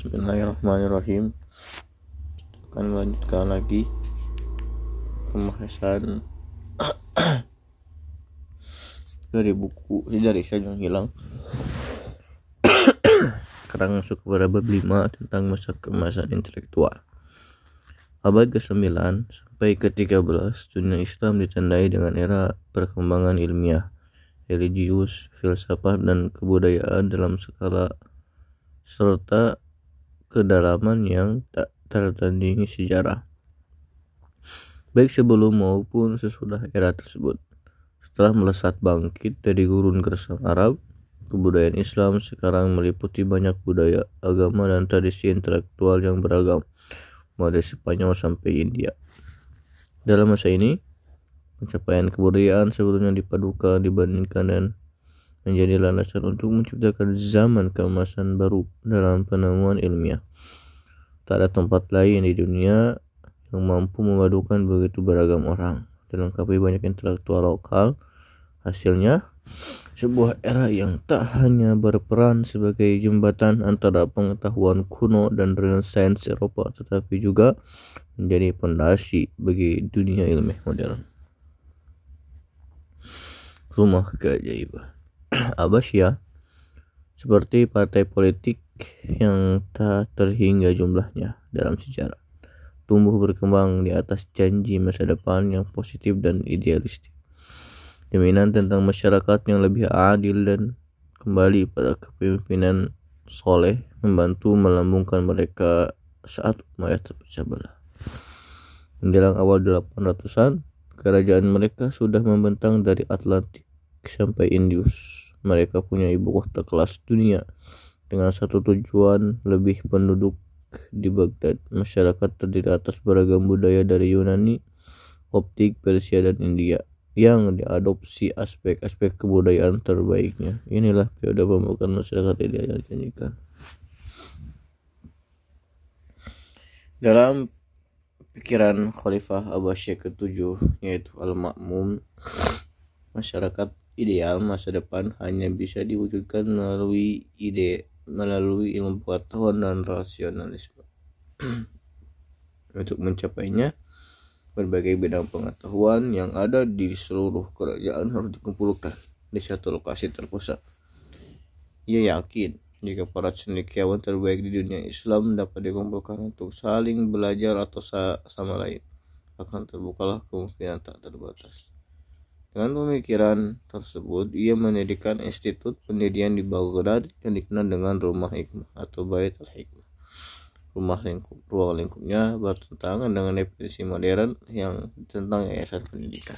Bismillahirrahmanirrahim. Akan melanjutkan lagi pembahasan dari buku Dari Saja Yang Hilang. Sekarang masuk kepada bab 5 tentang masa keemasan intelektual. Abad ke-9 sampai ke-13, dunia Islam ditandai dengan era perkembangan ilmiah, religius, filsafat, dan kebudayaan dalam skala serta kedalaman yang tak tertandingi sejarah, baik sebelum maupun sesudah era tersebut. Setelah melesat bangkit dari gurun gersang Arab, kebudayaan Islam sekarang meliputi banyak budaya, agama, dan tradisi intelektual yang beragam, mulai dari Spanyol sampai India. Dalam masa ini, pencapaian kebudayaan sebelumnya dipadukan, dibandingkan, dan menjadi landasan untuk menciptakan zaman keemasan baru dalam penemuan ilmiah. Tak ada tempat lain di dunia yang mampu memadukan begitu beragam orang, dilengkapi banyak intelektual lokal. Hasilnya, sebuah era yang tak hanya berperan sebagai jembatan antara pengetahuan kuno dan Renaissance Eropa, tetapi juga menjadi fondasi bagi dunia ilmiah modern. Rumah keajaiban Abbasiyah seperti partai politik yang tak terhingga jumlahnya dalam sejarah, tumbuh berkembang di atas janji masa depan yang positif dan idealistik. Jaminan tentang masyarakat yang lebih adil dan kembali pada kepemimpinan soleh membantu melambungkan mereka saat Umayyah terpecah belah. Menjelang awal 800-an, kerajaan mereka sudah membentang dari Atlantik sampai Indus. Mereka punya ibu kota kelas dunia dengan satu tujuan, lebih penduduk di Baghdad. Masyarakat terdiri atas beragam budaya dari Yunani, Koptik, Persia, dan India yang diadopsi aspek-aspek kebudayaan terbaiknya. Inilah periode pembukaan masyarakat ideal yang dijanjikan. Dalam pikiran Khalifah Abbasiyah ke-7, yaitu Al-Ma'mun, masyarakat ideal masa depan hanya bisa diwujudkan melalui ilmu pengetahuan dan rasionalisme. Untuk mencapainya, berbagai bidang pengetahuan yang ada di seluruh kerajaan harus dikumpulkan di satu lokasi terpusat. Ia yakin jika para cendekiawan terbaik di dunia Islam dapat dikumpulkan untuk saling belajar atau sama lain, akan terbukalah kemungkinan tak terbatas. Dengan pemikiran tersebut, ia mendirikan institut pendidikan di Baghdad yang dikenal dengan Rumah Hikmah atau Bait al-Hikmah. Ruang lingkupnya bertentangan dengan definisi modern yang tentang yayasan pendidikan.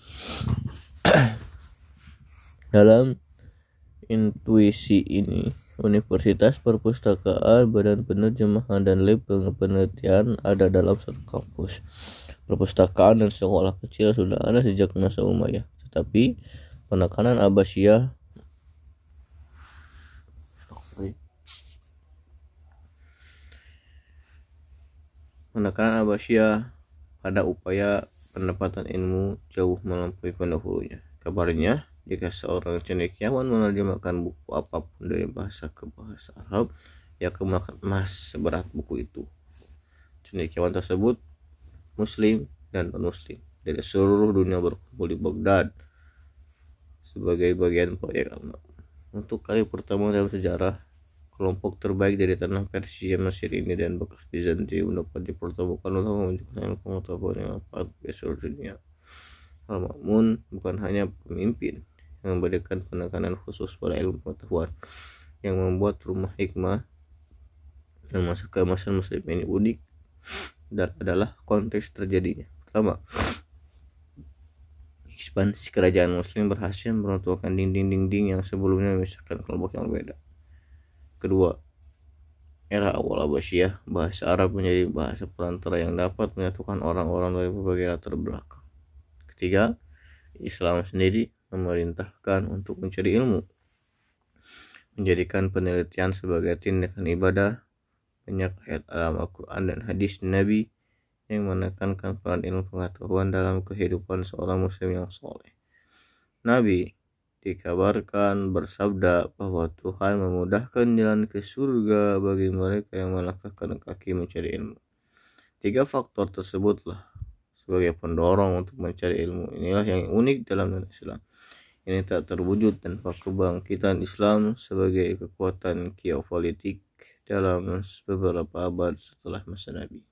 Dalam intuisi ini, universitas, perpustakaan, badan penerjemahan, dan lab penelitian ada dalam satu kampus. Perpustakaan dan sekolah kecil sudah ada sejak masa Umayyah, tetapi penekanan Abbasiyah pada upaya pendapatan ilmu jauh melampaui pendahulunya. Kabarnya, jika seorang cendekiawan menerjemahkan buku apapun dari bahasa ke bahasa Arab, ia akan mendapatkan emas seberat buku itu. Cendekiawan tersebut Muslim dan non-Muslim dari seluruh dunia berkumpul di Baghdad sebagai bagian proyek Al-Ma'mun. Untuk kali pertama dalam sejarah, kelompok terbaik dari tanah Persia, Mesir, ini dan bekas Bizantium dapat dipertemukan untuk menunjukkan ilmu pengetahuan yang dapat di seluruh dunia. Al-Ma'mun bukan hanya pemimpin yang memberikan penekanan khusus pada ilmu pengetahuan, yang membuat Rumah Hikmah dan masa keemasan Muslim ini unik dan adalah konteks terjadinya. Pertama, ekspansi kerajaan Muslim berhasil meruntuhkan dinding-dinding yang sebelumnya memisahkan kelompok yang berbeda. Kedua, era awal Abbasiyah, bahasa Arab menjadi bahasa perantara yang dapat menyatukan orang-orang dari berbagai latar belakang. Ketiga, Islam sendiri memerintahkan untuk mencari ilmu, menjadikan penelitian sebagai tindakan ibadah. Banyak ayat dalam Al-Quran dan hadis Nabi yang menekankan peran ilmu pengetahuan dalam kehidupan seorang muslim yang soleh. Nabi dikabarkan bersabda bahwa Tuhan memudahkan jalan ke surga bagi mereka yang melangkahkan kaki mencari ilmu. 3 faktor tersebutlah sebagai pendorong untuk mencari ilmu. Inilah yang unik dalam Islam. Ini tak terwujud tanpa kebangkitan Islam sebagai kekuatan geopolitik dalam beberapa abad setelah masa Nabi.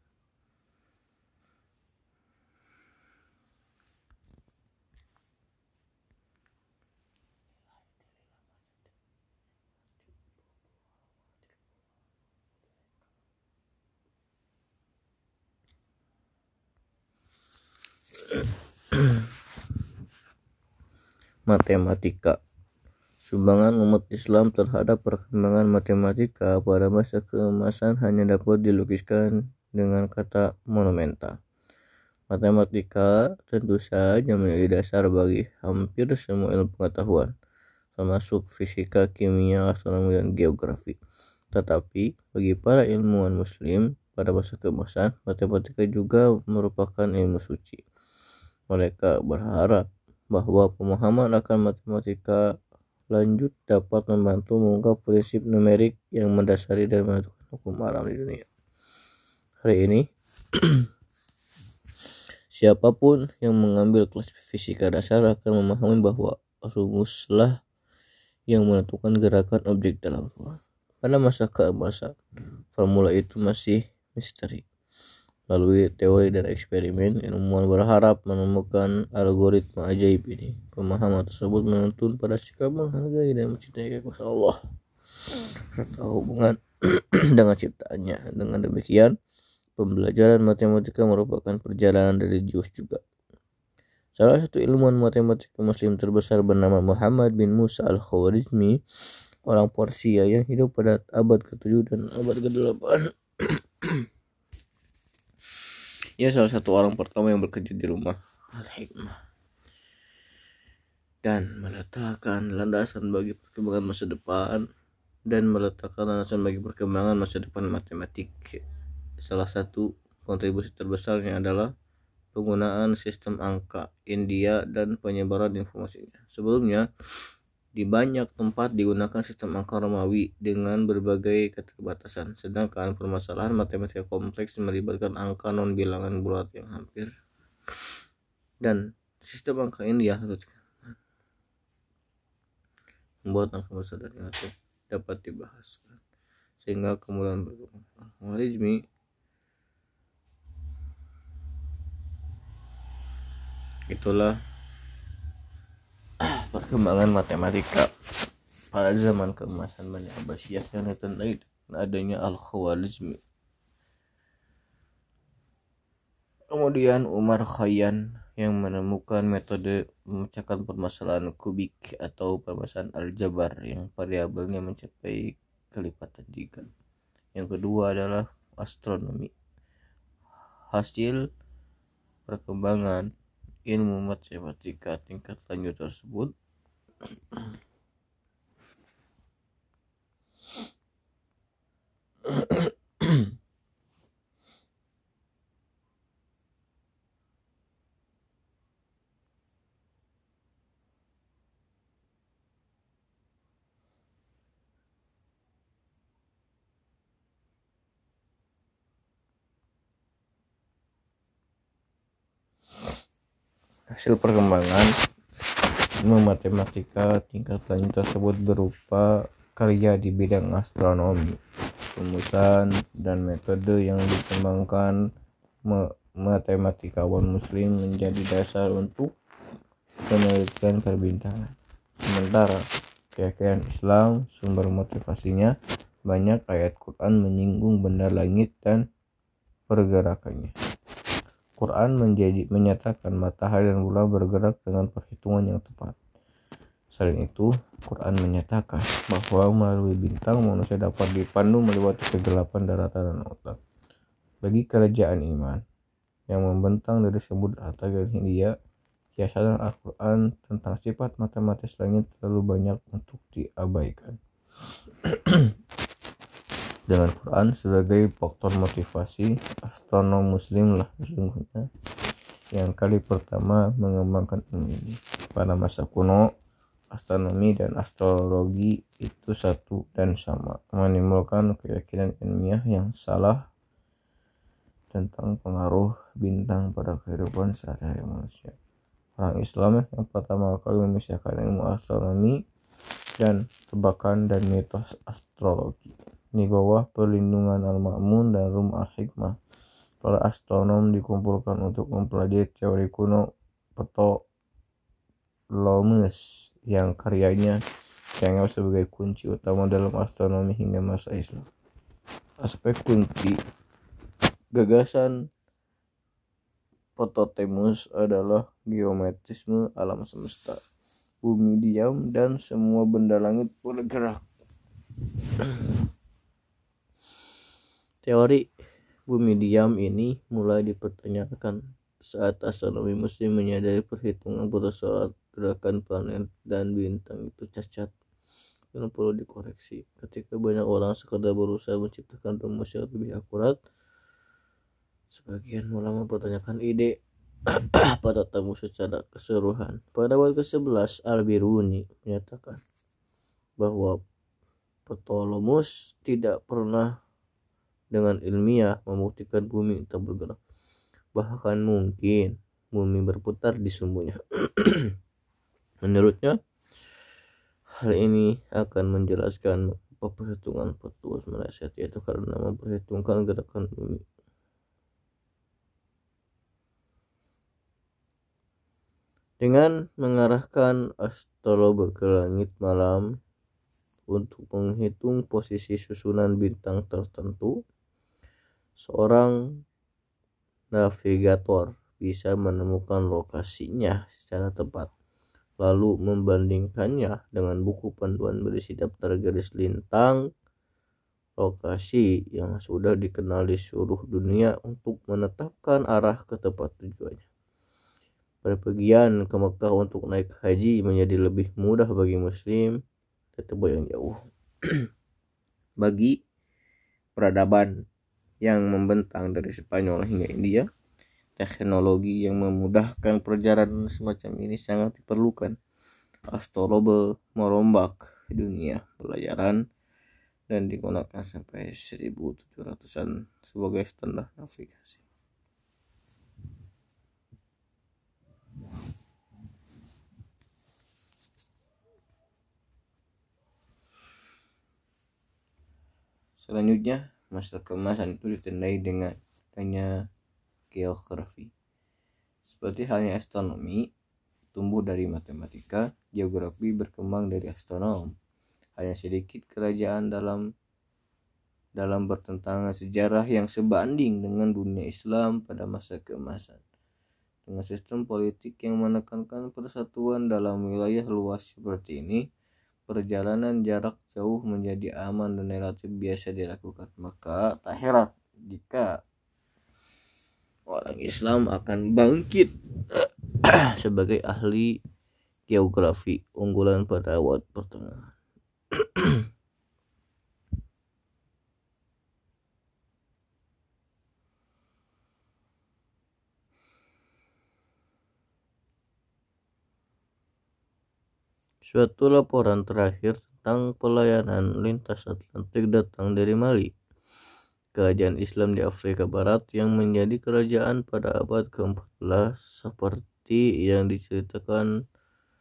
Matematika. Sumbangan umat Islam terhadap perkembangan matematika pada masa keemasan hanya dapat dilukiskan dengan kata monumenta. Matematika tentu saja menjadi dasar bagi hampir semua ilmu pengetahuan, termasuk fisika, kimia, astronomi, dan geografi. Tetapi bagi para ilmuwan muslim pada masa keemasan, matematika juga merupakan ilmu suci. Mereka berharap bahwa pemahaman akan matematika lanjut dapat membantu mengungkap prinsip numerik yang mendasari dan menentukan hukum alam di dunia. Hari ini, siapapun yang mengambil kelas fisika dasar akan memahami bahwa rumuslah yang menentukan gerakan objek dalam ruang. Pada masa keemasan, formula itu masih misteri. Melalui teori dan eksperimen, ilmuwan berharap menemukan algoritma ajaib ini. Pemahaman tersebut menuntun pada sikap menghargai dan mencintai kuasa Allah serta hubungan dengan ciptaannya. Dengan demikian, pembelajaran matematika merupakan perjalanan religius juga. Salah satu ilmuwan matematika muslim terbesar bernama Muhammad bin Musa al-Khwarizmi, orang Persia yang hidup pada abad ke-7 dan abad ke-8. Ia salah satu orang pertama yang bekerja di rumah Al-Hikmah dan meletakkan landasan bagi perkembangan masa depan masa depan matematik. Salah satu kontribusi terbesarnya adalah penggunaan sistem angka India dan penyebaran informasinya. Sebelumnya, di banyak tempat digunakan sistem angka Romawi dengan berbagai keterbatasan, sedangkan permasalahan matematika kompleks melibatkan angka non-bilangan bulat yang hampir dan sistem angka India membuat angka besar dan negatif dapat dibahas, sehingga kemudian Khwarizmi itulah perkembangan matematika pada zaman keemasan Bani Abbasiyah yang ditandai dengan adanya Al-Khwarizmi. Kemudian Umar Khayyam yang menemukan metode memecahkan permasalahan kubik atau permasalahan aljabar yang variabelnya mencapai kelipatan 3. Yang kedua adalah astronomi. Hasil perkembangan ilmu matematika tingkat lanjut tersebut hasil perkembangan ilmu matematika tingkat lanjut tersebut berupa karya di bidang astronomi, rumusan dan metode yang dikembangkan matematikawan muslim menjadi dasar untuk penelitian perbintangan. Sementara keyakinan Islam sumber motivasinya, banyak ayat Quran menyinggung benda langit dan pergerakannya. Quran menyatakan matahari dan bulan bergerak dengan perhitungan yang tepat. Selain itu, Quran menyatakan bahwa melalui bintang manusia dapat dipandu melewati kegelapan daratan dan lautan. Bagi kerajaan iman yang membentang dari Samudra Atlantik dan Hindia, kiasan Al-Quran tentang sifat matematis langit terlalu banyak untuk diabaikan. Dengan Quran sebagai faktor motivasi, astronom muslim lah sesungguhnya yang kali pertama mengembangkan ilmu ini. Pada masa kuno, astronomi dan astrologi itu satu dan sama, menimbulkan keyakinan ilmiah yang salah tentang pengaruh bintang pada kehidupan sehari-hari manusia. Orang Islam yang pertama kali memisahkan ilmu astronomi dan tebakan dan mitos astrologi. Di bawah perlindungan Al-Ma'mun dan Rum Al-Hikmah, para astronom dikumpulkan untuk mempelajari teori kuno Ptolemeus yang karyanya dianggap sebagai kunci utama dalam astronomi hingga masa Islam. Aspek kunci gagasan Ptolemeus adalah geometrisme alam semesta. Bumi diam dan semua benda langit bergerak. Teori bumi diam ini mulai dipertanyakan saat astronomi muslim menyadari perhitungan pada saat gerakan planet dan bintang itu cacat dan perlu dikoreksi. Ketika banyak orang sekadar berusaha menciptakan rumus yang lebih akurat, sebagian ulama mempertanyakan ide pada tamu secara keseluruhan. Pada abad ke-11, Al-Biruni menyatakan bahwa Ptolemeus tidak pernah dengan ilmiah membuktikan bumi tak bergerak. Bahkan mungkin bumi berputar di sumbunya. Menurutnya, hal ini akan menjelaskan perhitungan Ptolemeus meleset, yaitu karena memperhitungkan gerakan bumi. Dengan mengarahkan astrologer ke langit malam untuk menghitung posisi susunan bintang tertentu, seorang navigator bisa menemukan lokasinya secara tepat, lalu membandingkannya dengan buku panduan berisi daftar garis lintang lokasi yang sudah dikenal di seluruh dunia untuk menetapkan arah ke tempat tujuannya. Perpergian ke Mekah untuk naik haji menjadi lebih mudah bagi muslim ke tempat yang jauh. Bagi peradaban yang membentang dari Spanyol hingga India, teknologi yang memudahkan perjalanan semacam ini sangat diperlukan. Astrologer merombak dunia pelajaran dan digunakan sampai 1700-an sebagai standar navigasi. Selanjutnya, masa keemasan itu ditandai dengan adanya geografi. Seperti halnya astronomi tumbuh dari matematika, geografi berkembang dari astronom. Hanya sedikit kerajaan dalam bertentangan sejarah yang sebanding dengan dunia Islam pada masa keemasan. Dengan sistem politik yang menekankan persatuan dalam wilayah luas seperti ini, perjalanan jarak jauh menjadi aman dan relatif biasa dilakukan. Maka tak heran jika orang Islam akan bangkit sebagai ahli geografi unggulan pada abad pertengahan. Suatu laporan terakhir tentang pelayanan lintas Atlantik datang dari Mali, kerajaan Islam di Afrika Barat yang menjadi kerajaan pada abad ke-14 seperti yang diceritakan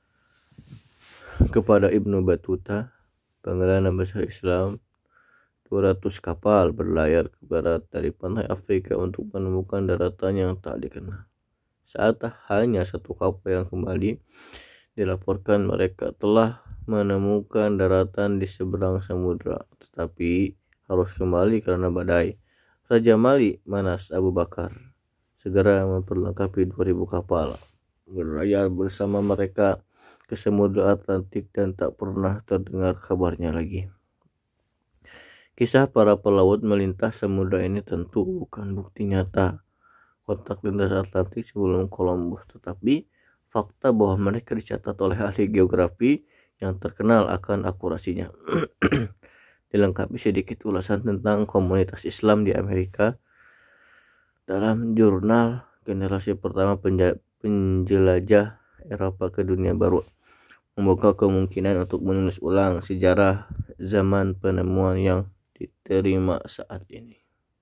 kepada Ibnu Battuta, Pengadilan Besar Islam. 200 kapal berlayar ke barat dari pantai Afrika untuk menemukan daratan yang tak dikenal. Saat hanya satu kapal yang kembali, dilaporkan mereka telah menemukan daratan di seberang samudra, tetapi harus kembali karena badai. Raja Mali, Manas Abu Bakar, segera memperlengkapi 2000 kapal, berlayar bersama mereka ke Samudra Atlantik dan tak pernah terdengar kabarnya lagi. Kisah para pelaut melintas samudra ini tentu bukan bukti nyata kontak lintas Atlantik sebelum Columbus, tetapi fakta bahwa mereka dicatat oleh ahli geografi yang terkenal akan akurasinya. Dilengkapi sedikit ulasan tentang komunitas Islam di Amerika dalam jurnal generasi pertama penjelajah Eropa ke dunia baru. membuka kemungkinan untuk menulis ulang sejarah zaman penemuan yang diterima saat ini.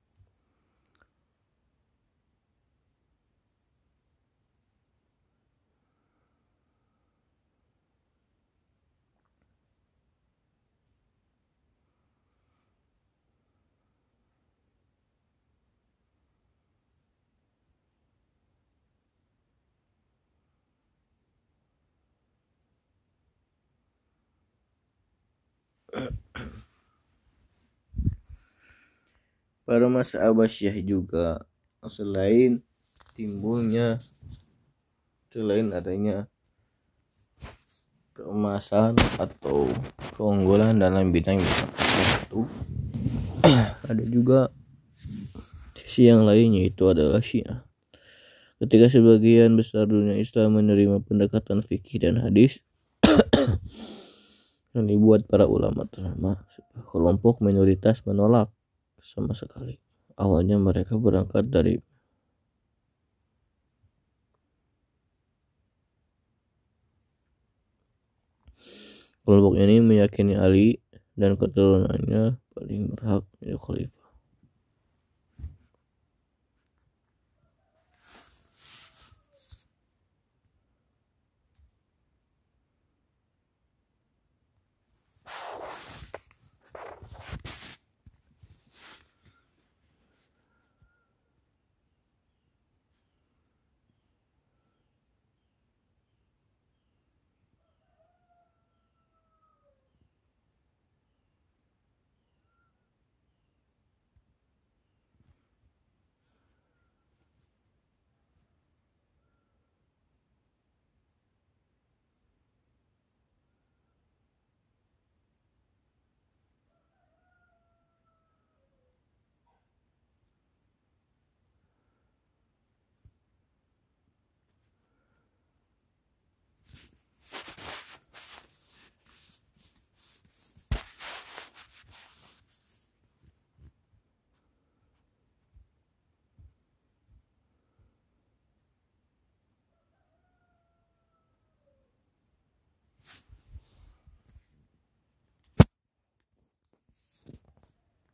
Pada masa Abbasiyah juga, selain adanya keemasan atau keunggulan dalam bidang tertentu, ada juga sisi yang lainnya, yaitu adalah Syiah. Ketika sebagian besar dunia Islam menerima pendekatan fikih dan hadis yang dibuat para ulama ternama, kelompok minoritas menolak sama sekali. Awalnya mereka berangkat dari kelompok ini meyakini Ali dan keturunannya paling berhak menjadi khalifah.